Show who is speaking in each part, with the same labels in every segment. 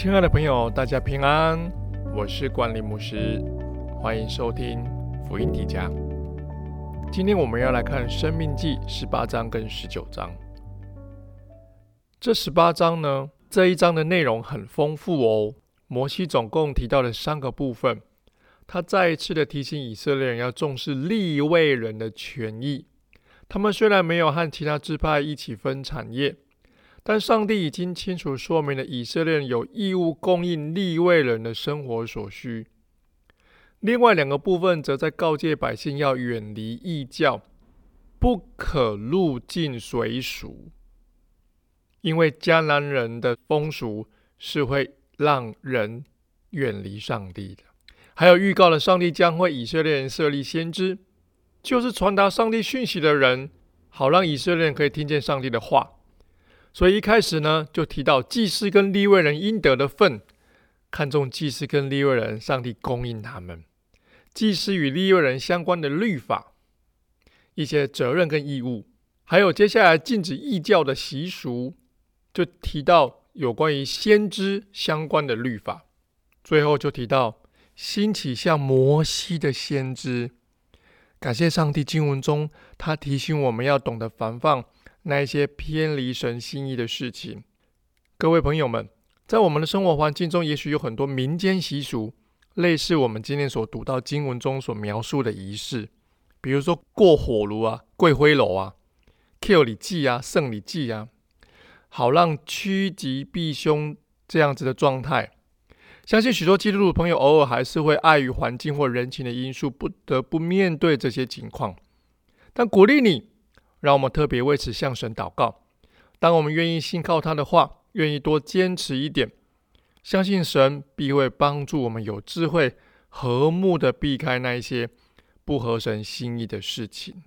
Speaker 1: 亲爱的朋友，大家平安，我是冠利牧师，欢迎收听福音底家。今天我们要来看申命记18章跟19章。这18章呢，这一章的内容很丰富哦。摩西总共提到了3个部分，他再一次的提醒以色列人要重视利未人的权益。他们虽然没有和其他支派一起分产业，但上帝已经清楚说明了以色列人有义务供应利未人的生活所需。另外2个部分则在告诫百姓要远离异教，不可入境随俗，因为迦南人的风俗是会让人远离上帝的。还有预告了上帝将为以色列人设立先知，就是传达上帝讯息的人，好让以色列人可以听见上帝的话。所以一开始呢，就提到祭司跟利未人应得的份，看重祭司跟利未人，上帝供应他们。祭司与利未人相关的律法，一些责任跟义务，还有接下来禁止异教的习俗，就提到有关于先知相关的律法。最后就提到兴起像摩西的先知。感谢上帝，经文中他提醒我们要懂得防范那一些偏离神心意的事情。各位朋友们，在我们的生活环境中，也许有很多民间习俗，类似我们今天所读到经文中所描述的仪式，比如说过火炉啊、跪灰楼啊、Q 礼祭啊、圣礼祭啊，好让趋吉避凶这样子的状态。相信许多基督徒朋友偶尔还是会碍于环境或人情的因素，不得不面对这些情况。但鼓励你，让我们特别为此向神祷告。当我们愿意信靠他的话，愿意多坚持一点，相信神必会帮助我们有智慧、和睦的避开那一些不合神心意的事情。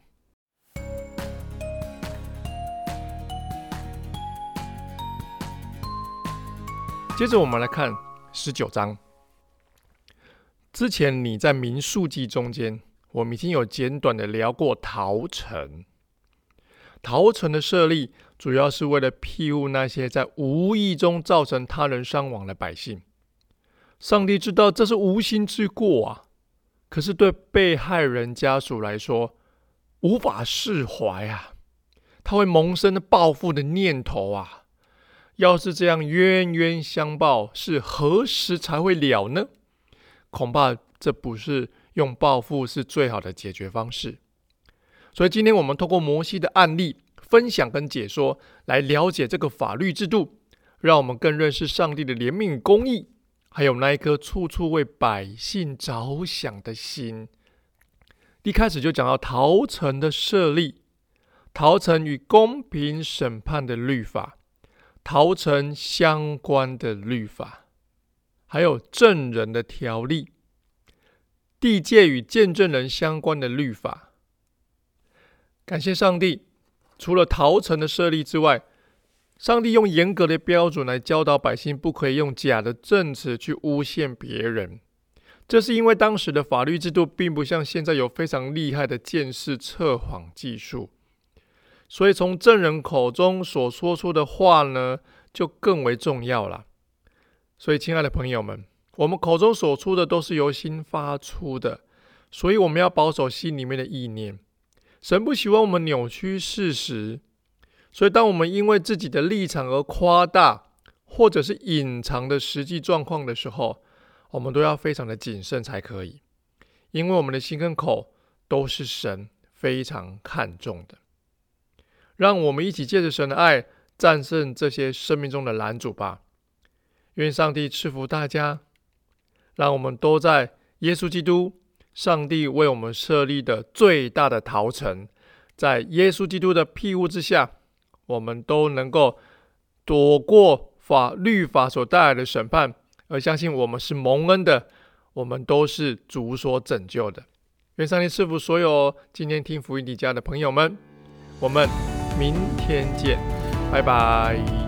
Speaker 1: 接着我们来看19章。之前你在民数记中间，我们已经有简短的聊过逃城。逃城的设立主要是为了庇护那些在无意中造成他人伤亡的百姓。上帝知道这是无心之过啊，可是对被害人家属来说无法释怀啊，他会萌生报复的念头啊。要是这样冤冤相报，是何时才会了呢？恐怕这不是用报复是最好的解决方式。所以今天我们透过摩西的案例分享跟解说，来了解这个法律制度，让我们更认识上帝的怜悯与公义，还有那一颗处处为百姓着想的心。一开始就讲到逃城的设立，逃城与公平审判的律法，逃城相关的律法，还有证人的条例，地界与见证人相关的律法。感谢上帝，除了逃城的设立之外，上帝用严格的标准来教导百姓，不可以用假的证词去诬陷别人。这是因为当时的法律制度并不像现在有非常厉害的鉴识测谎技术，所以从证人口中所说出的话呢，就更为重要了。所以亲爱的朋友们，我们口中所出的都是由心发出的，所以我们要保守心里面的意念。神不喜欢我们扭曲事实，所以当我们因为自己的立场而夸大或者是隐藏的实际状况的时候，我们都要非常的谨慎才可以，因为我们的心跟口都是神非常看重的。让我们一起借着神的爱战胜这些生命中的拦阻吧。愿上帝赐福大家，让我们都在耶稣基督上帝为我们设立的最大的逃城，在耶稣基督的庇护之下，我们都能够躲过律法所带来的审判，而相信我们是蒙恩的，我们都是主所拯救的。愿上帝赐福所有今天听福音底家的朋友们，我们明天见，拜拜。